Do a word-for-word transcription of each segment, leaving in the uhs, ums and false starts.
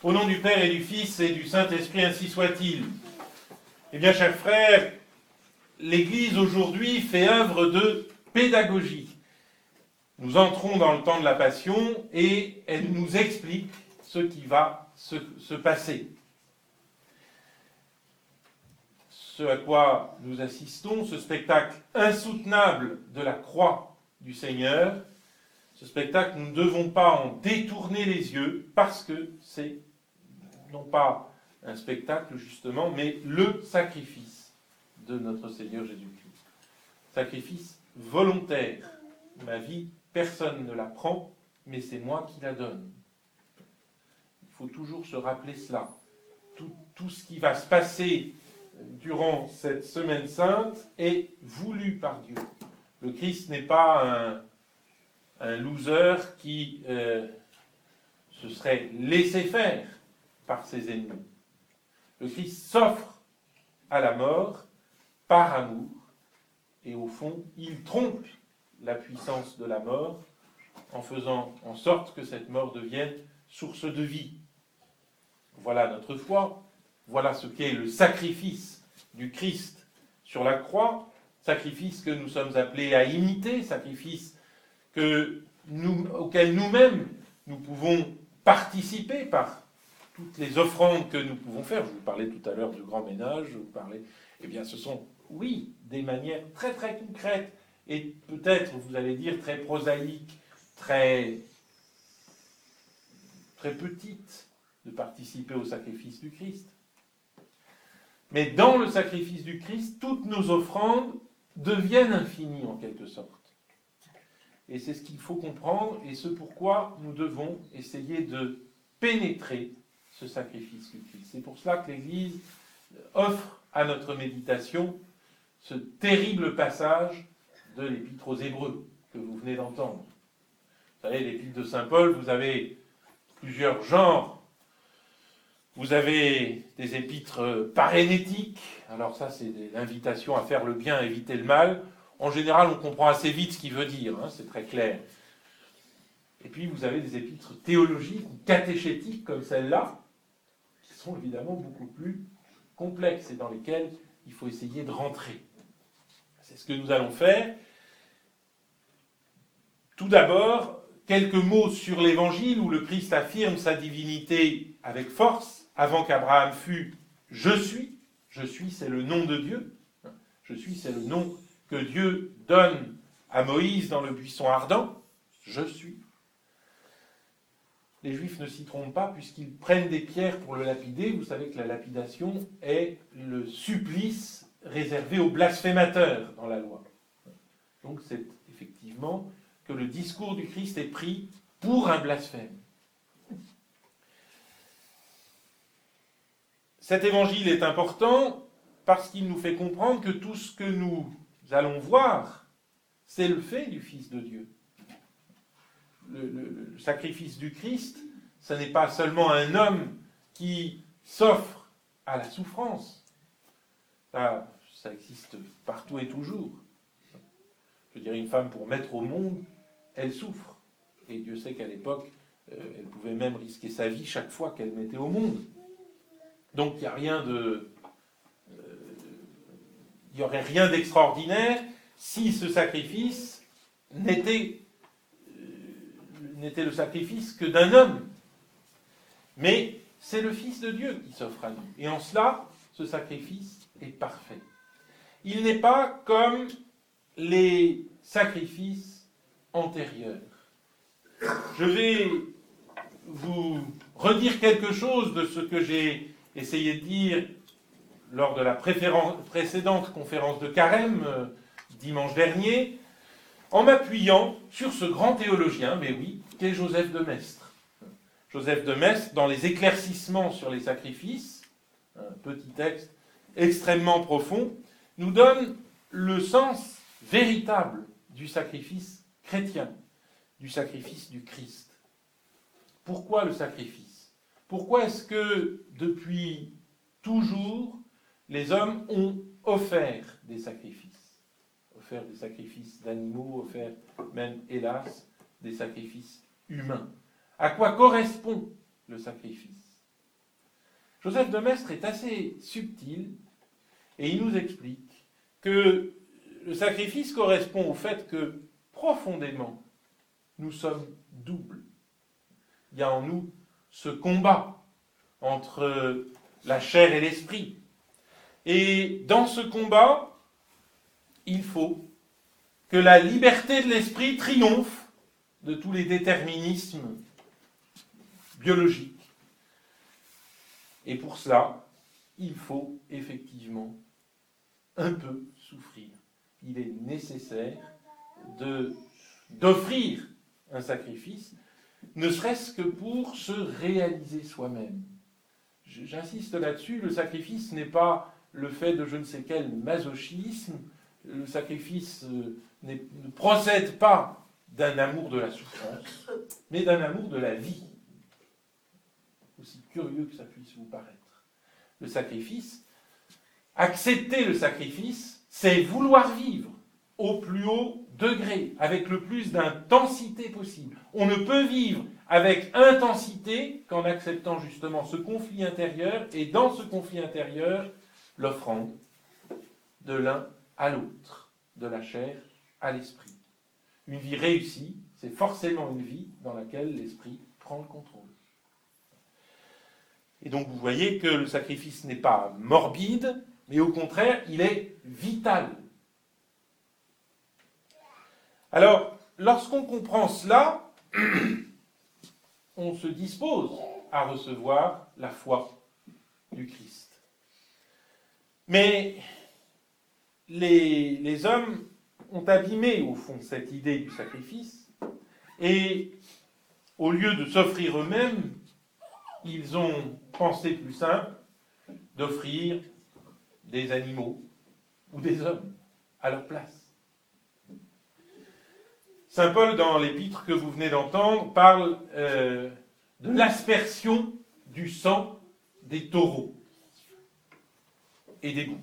Au nom du Père et du Fils et du Saint-Esprit, ainsi soit-il. Eh bien, chers frères, l'Église aujourd'hui fait œuvre de pédagogie. Nous entrons dans le temps de la Passion et elle nous explique ce qui va se, se passer. Ce à quoi nous assistons, ce spectacle insoutenable de la croix du Seigneur, ce spectacle, nous ne devons pas en détourner les yeux parce que c'est non pas un spectacle justement, mais le sacrifice de notre Seigneur Jésus-Christ. Sacrifice volontaire. Ma vie, personne ne la prend, mais c'est moi qui la donne. Il faut toujours se rappeler cela. Tout, tout ce qui va se passer durant cette semaine sainte est voulu par Dieu. Le Christ n'est pas un, un loser qui euh, se serait laissé faire par ses ennemis. Le Christ s'offre à la mort par amour, et au fond, il trompe la puissance de la mort en faisant en sorte que cette mort devienne source de vie. Voilà notre foi, voilà ce qu'est le sacrifice du Christ sur la croix, sacrifice que nous sommes appelés à imiter, sacrifice que nous, auquel nous-mêmes nous pouvons participer par toutes les offrandes que nous pouvons faire. Je vous parlais tout à l'heure du grand ménage, je vous parlais, eh bien ce sont, oui, des manières très très concrètes et peut-être, vous allez dire, très prosaïques, très, très petites de participer au sacrifice du Christ. Mais dans le sacrifice du Christ, toutes nos offrandes deviennent infinies en quelque sorte. Et c'est ce qu'il faut comprendre et ce pourquoi nous devons essayer de pénétrer ce sacrifice du Christ. C'est pour cela que l'Église offre à notre méditation ce terrible passage de l'Épître aux Hébreux que vous venez d'entendre. Vous savez, l'Épître de Saint Paul, vous avez plusieurs genres. Vous avez des épîtres parénétiques. Alors ça, c'est l'invitation à faire le bien, à éviter le mal. En général, on comprend assez vite ce qu'il veut dire, hein, c'est très clair. Et puis, vous avez des épîtres théologiques ou catéchétiques comme celle-là, qui sont évidemment beaucoup plus complexes et dans lesquelles il faut essayer de rentrer. C'est ce que nous allons faire. Tout d'abord, quelques mots sur l'Évangile où le Christ affirme sa divinité avec force. Avant qu'Abraham fût « Je suis », « Je suis » c'est le nom de Dieu. « Je suis » c'est le nom que Dieu donne à Moïse dans le buisson ardent. « Je suis ». Les Juifs ne s'y trompent pas puisqu'ils prennent des pierres pour le lapider. Vous savez que la lapidation est le supplice réservé aux blasphémateurs dans la loi. Donc c'est effectivement que le discours du Christ est pris pour un blasphème. Cet évangile est important parce qu'il nous fait comprendre que tout ce que nous allons voir, c'est le fait du Fils de Dieu. Le, le, le sacrifice du Christ, ce n'est pas seulement un homme qui s'offre à la souffrance. Ça, ça existe partout et toujours. Je dirais, une femme, pour mettre au monde, elle souffre. Et Dieu sait qu'à l'époque, euh, elle pouvait même risquer sa vie chaque fois qu'elle mettait au monde. Donc, il n'y a rien de... Euh, il n'y aurait rien d'extraordinaire si ce sacrifice n'était, euh, n'était le sacrifice que d'un homme. Mais c'est le Fils de Dieu qui s'offre à nous. Et en cela, ce sacrifice est parfait. Il n'est pas comme les sacrifices antérieurs. Je vais vous redire quelque chose de ce que j'ai essayé de dire lors de la précédente conférence de Carême, euh, dimanche dernier, en m'appuyant sur ce grand théologien, mais oui, qu'est Joseph de Maistre. Joseph de Maistre, dans les éclaircissements sur les sacrifices, un petit texte extrêmement profond, nous donne le sens véritable du sacrifice chrétien, du sacrifice du Christ. Pourquoi le sacrifice ? Pourquoi est-ce que, depuis toujours, les hommes ont offert des sacrifices ? Offert des sacrifices d'animaux, offert même, hélas, des sacrifices humains. À quoi correspond le sacrifice ? Joseph de Maistre est assez subtil et il nous explique que le sacrifice correspond au fait que profondément nous sommes doubles. Il y a en nous ce combat entre la chair et l'esprit. Et dans ce combat, il faut que la liberté de l'esprit triomphe de tous les déterminismes biologiques. Et pour cela, il faut effectivement un peu souffrir. Il est nécessaire de, d'offrir un sacrifice, ne serait-ce que pour se réaliser soi-même. J'insiste là-dessus, le sacrifice n'est pas le fait de je ne sais quel masochisme, le sacrifice ne procède pas d'un amour de la souffrance, mais d'un amour de la vie. Aussi curieux que ça puisse vous paraître. Le sacrifice, accepter le sacrifice, c'est vouloir vivre au plus haut degré, avec le plus d'intensité possible. On ne peut vivre avec intensité qu'en acceptant justement ce conflit intérieur, et dans ce conflit intérieur, l'offrande de l'un à l'autre, de la chair à l'esprit. Une vie réussie, c'est forcément une vie dans laquelle l'esprit prend le contrôle. Et donc vous voyez que le sacrifice n'est pas morbide, mais au contraire, il est vital. Alors, lorsqu'on comprend cela, on se dispose à recevoir la foi du Christ. Mais les, les hommes ont abîmé, au fond, cette idée du sacrifice, et au lieu de s'offrir eux-mêmes, ils ont pensé plus simple d'offrir des animaux ou des hommes à leur place. Saint Paul, dans l'épître que vous venez d'entendre, parle euh, de l'aspersion du sang des taureaux et des boucs.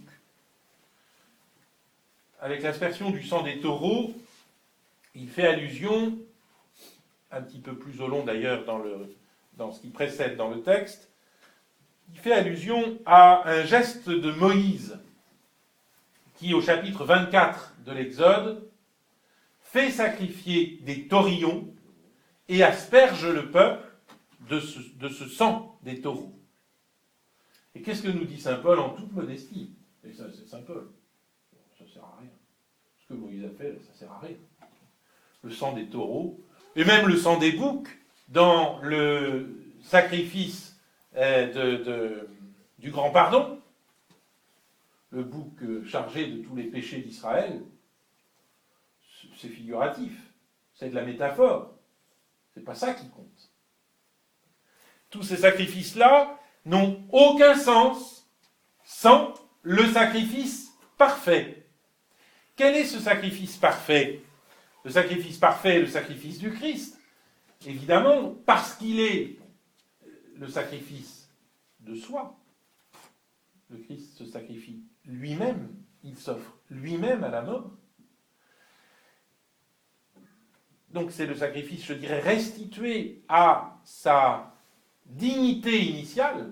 Avec l'aspersion du sang des taureaux, il fait allusion, un petit peu plus au long d'ailleurs dans, le, dans ce qui précède dans le texte, il fait allusion à un geste de Moïse qui, au chapitre vingt-quatre de l'Exode, fait sacrifier des taurillons et asperge le peuple de ce, de ce sang des taureaux. Et qu'est-ce que nous dit saint Paul en toute modestie? Et ça, c'est saint Paul. Ça ne sert à rien. Ce que Moïse a fait, ça ne sert à rien. Le sang des taureaux, et même le sang des boucs, dans le sacrifice euh, de, de, du grand pardon, le bouc chargé de tous les péchés d'Israël, c'est figuratif, c'est de la métaphore, c'est pas ça qui compte. Tous ces sacrifices-là n'ont aucun sens sans le sacrifice parfait. Quel est ce sacrifice parfait? Le sacrifice parfait est le sacrifice du Christ, évidemment, parce qu'il est le sacrifice de soi. Le Christ se sacrifie lui-même, il s'offre lui-même à la mort. Donc c'est le sacrifice, je dirais, restitué à sa dignité initiale,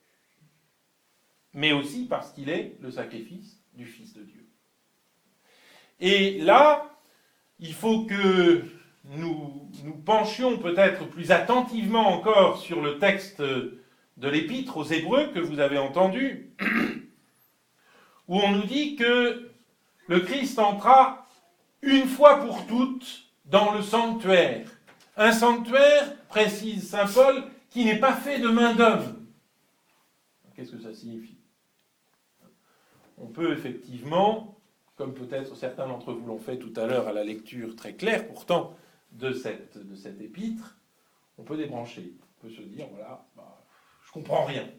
mais aussi parce qu'il est le sacrifice du Fils de Dieu. Et là, il faut que nous nous penchions peut-être plus attentivement encore sur le texte de l'Épître aux Hébreux que vous avez entendu, où on nous dit que le Christ entra une fois pour toutes dans le sanctuaire. Un sanctuaire, précise saint Paul, qui n'est pas fait de main d'homme. Qu'est-ce que ça signifie? On peut effectivement, comme peut-être certains d'entre vous l'ont fait tout à l'heure à la lecture très claire pourtant de cette, de cette épître, on peut débrancher. On peut se dire, voilà, bah, je comprends rien.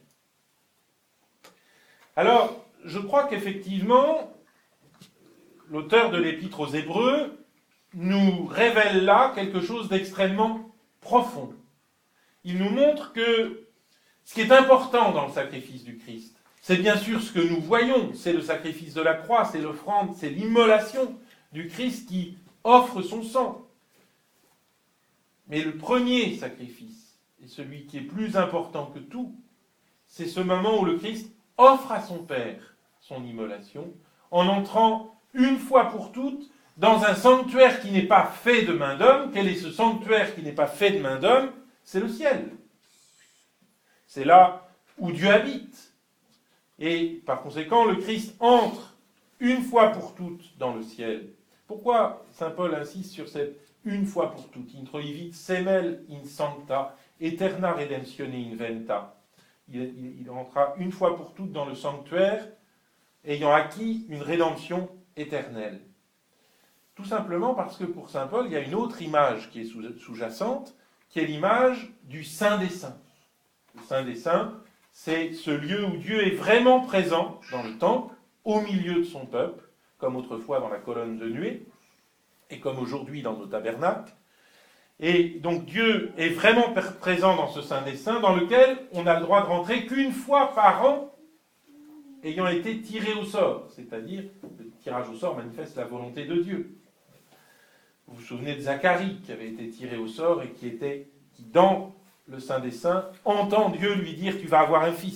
Alors, je crois qu'effectivement, l'auteur de l'épître aux Hébreux nous révèle là quelque chose d'extrêmement profond. Il nous montre que ce qui est important dans le sacrifice du Christ, c'est bien sûr ce que nous voyons, c'est le sacrifice de la croix, c'est l'offrande, c'est l'immolation du Christ qui offre son sang. Mais le premier sacrifice, et celui qui est plus important que tout, c'est ce moment où le Christ offre à son Père son immolation, en entrant une fois pour toutes dans un sanctuaire qui n'est pas fait de main d'homme. Quel est ce sanctuaire qui n'est pas fait de main d'homme? C'est le ciel. C'est là où Dieu habite. Et par conséquent, le Christ entre une fois pour toutes dans le ciel. Pourquoi saint Paul insiste sur cette une fois pour toutes? Introivit semel in sancta, eterna redemptione inventa. Il, il, il rentra une fois pour toutes dans le sanctuaire, ayant acquis une rédemption éternelle. Tout simplement parce que pour saint Paul, il y a une autre image qui est sous-jacente, qui est l'image du Saint des Saints. Le Saint des Saints, c'est ce lieu où Dieu est vraiment présent dans le temple, au milieu de son peuple, comme autrefois dans la colonne de nuée, et comme aujourd'hui dans nos tabernacles. Et donc Dieu est vraiment présent dans ce Saint des Saints, dans lequel on a le droit de rentrer qu'une fois par an, ayant été tiré au sort. C'est-à-dire, le tirage au sort manifeste la volonté de Dieu. Vous vous souvenez de Zacharie, qui avait été tiré au sort et qui était, qui dans le Saint des Saints, entend Dieu lui dire « tu vas avoir un fils ».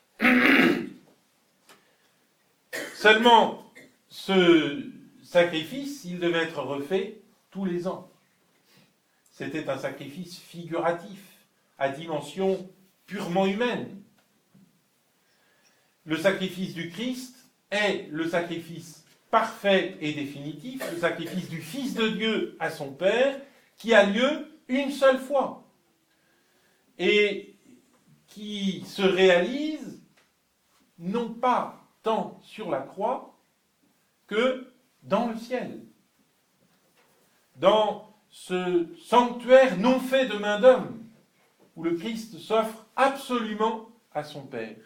Seulement, ce sacrifice, il devait être refait tous les ans. C'était un sacrifice figuratif, à dimension purement humaine. Le sacrifice du Christ est le sacrifice parfait et définitif, le sacrifice du Fils de Dieu à son Père, qui a lieu une seule fois, et qui se réalise non pas tant sur la croix que dans le ciel, dans ce sanctuaire non fait de main d'homme, où le Christ s'offre absolument à son Père.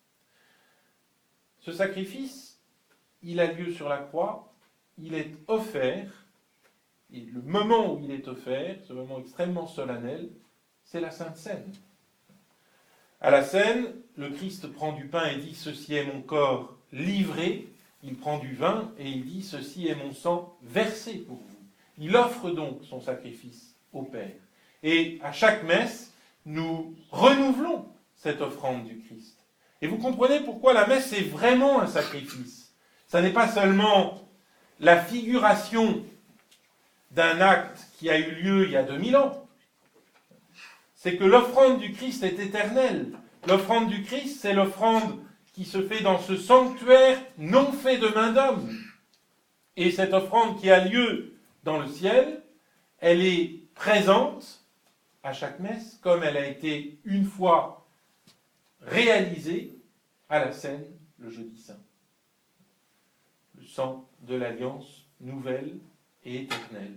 Ce sacrifice, il a lieu sur la croix, il est offert, et le moment où il est offert, ce moment extrêmement solennel, c'est la Sainte Seine. À la Seine, le Christ prend du pain et dit « Ceci est mon corps livré », il prend du vin et il dit « Ceci est mon sang versé pour vous ». Il offre donc son sacrifice au Père. Et à chaque messe, nous renouvelons cette offrande du Christ. Et vous comprenez pourquoi la messe est vraiment un sacrifice. Ça n'est pas seulement la figuration d'un acte qui a eu lieu il y a deux mille ans. C'est que l'offrande du Christ est éternelle. L'offrande du Christ, c'est l'offrande qui se fait dans ce sanctuaire non fait de main d'homme. Et cette offrande qui a lieu dans le ciel, elle est présente à chaque messe, comme elle a été une fois réalisée à la Seine le jeudi saint. Le sang de l'alliance nouvelle et éternelle.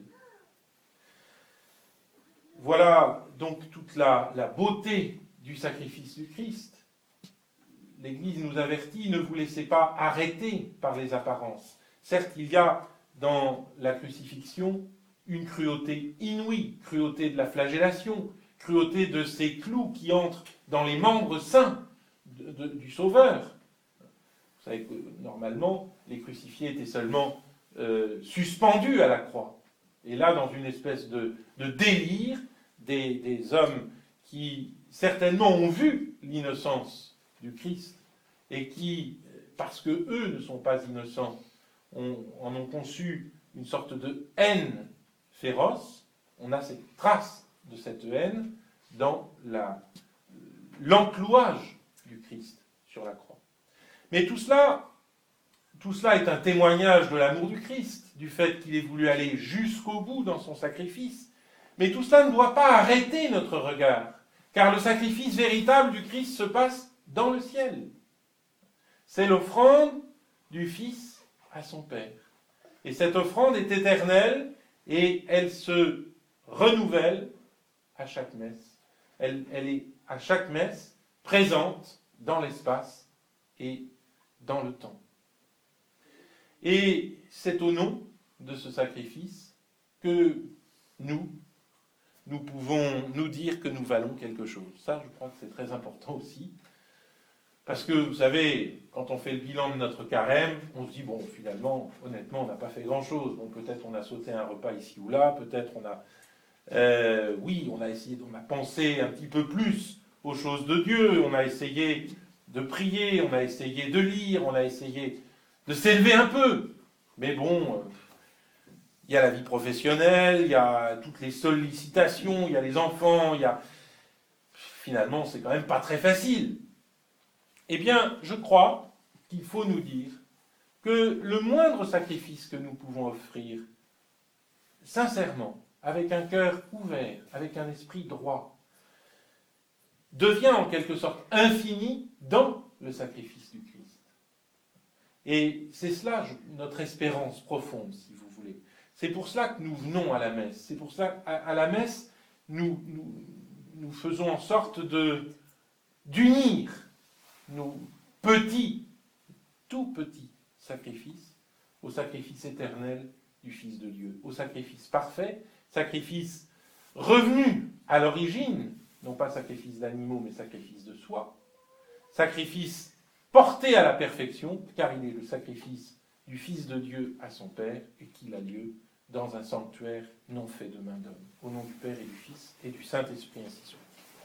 Voilà donc toute la, la beauté du sacrifice du Christ. L'Église nous avertit, ne vous laissez pas arrêter par les apparences. Certes, il y a dans la crucifixion une cruauté inouïe, cruauté de la flagellation, cruauté de ces clous qui entrent dans les membres saints de, de, du Sauveur. Vous savez que normalement, les crucifiés étaient seulement euh, suspendus à la croix. Et là, dans une espèce de, de délire, des, des hommes qui certainement ont vu l'innocence du Christ et qui, parce que eux ne sont pas innocents, on, en ont conçu une sorte de haine féroce. On a cette trace de cette haine dans la, l'enclouage du Christ sur la croix. Mais tout cela, tout cela est un témoignage de l'amour du Christ, du fait qu'il ait voulu aller jusqu'au bout dans son sacrifice. Mais tout cela ne doit pas arrêter notre regard, car le sacrifice véritable du Christ se passe dans le ciel. C'est l'offrande du Fils à son Père. Et cette offrande est éternelle et elle se renouvelle à chaque messe. Elle, elle est à chaque messe présente dans l'espace et dans le temps. Et c'est au nom de ce sacrifice que nous, nous pouvons nous dire que nous valons quelque chose. Ça, je crois que c'est très important aussi. Parce que, vous savez, quand on fait le bilan de notre carême, on se dit, bon, finalement, honnêtement, on n'a pas fait grand-chose. Bon, peut-être on a sauté un repas ici ou là, peut-être on a... Euh, oui, on a essayé, on a pensé un petit peu plus aux choses de Dieu, on a essayé de prier, on a essayé de lire, on a essayé de s'élever un peu. Mais bon, il y a la vie professionnelle, il y a toutes les sollicitations, il y a les enfants, il y a... Finalement, c'est quand même pas très facile. Eh bien, je crois qu'il faut nous dire que le moindre sacrifice que nous pouvons offrir, sincèrement, avec un cœur ouvert, avec un esprit droit, devient en quelque sorte infini dans le sacrifice du Christ. Et c'est cela notre espérance profonde, si vous voulez. C'est pour cela que nous venons à la messe. C'est pour cela qu'à à la messe, nous, nous, nous faisons en sorte de, d'unir nos petits, tout petits sacrifices au sacrifice éternel du Fils de Dieu, au sacrifice parfait, sacrifice revenu à l'origine, non pas sacrifice d'animaux, mais sacrifice de soi, sacrifice porté à la perfection, car il est le sacrifice du Fils de Dieu à son Père, et qu'il a lieu dans un sanctuaire non fait de main d'homme. Au nom du Père et du Fils et du Saint-Esprit, ainsi soit.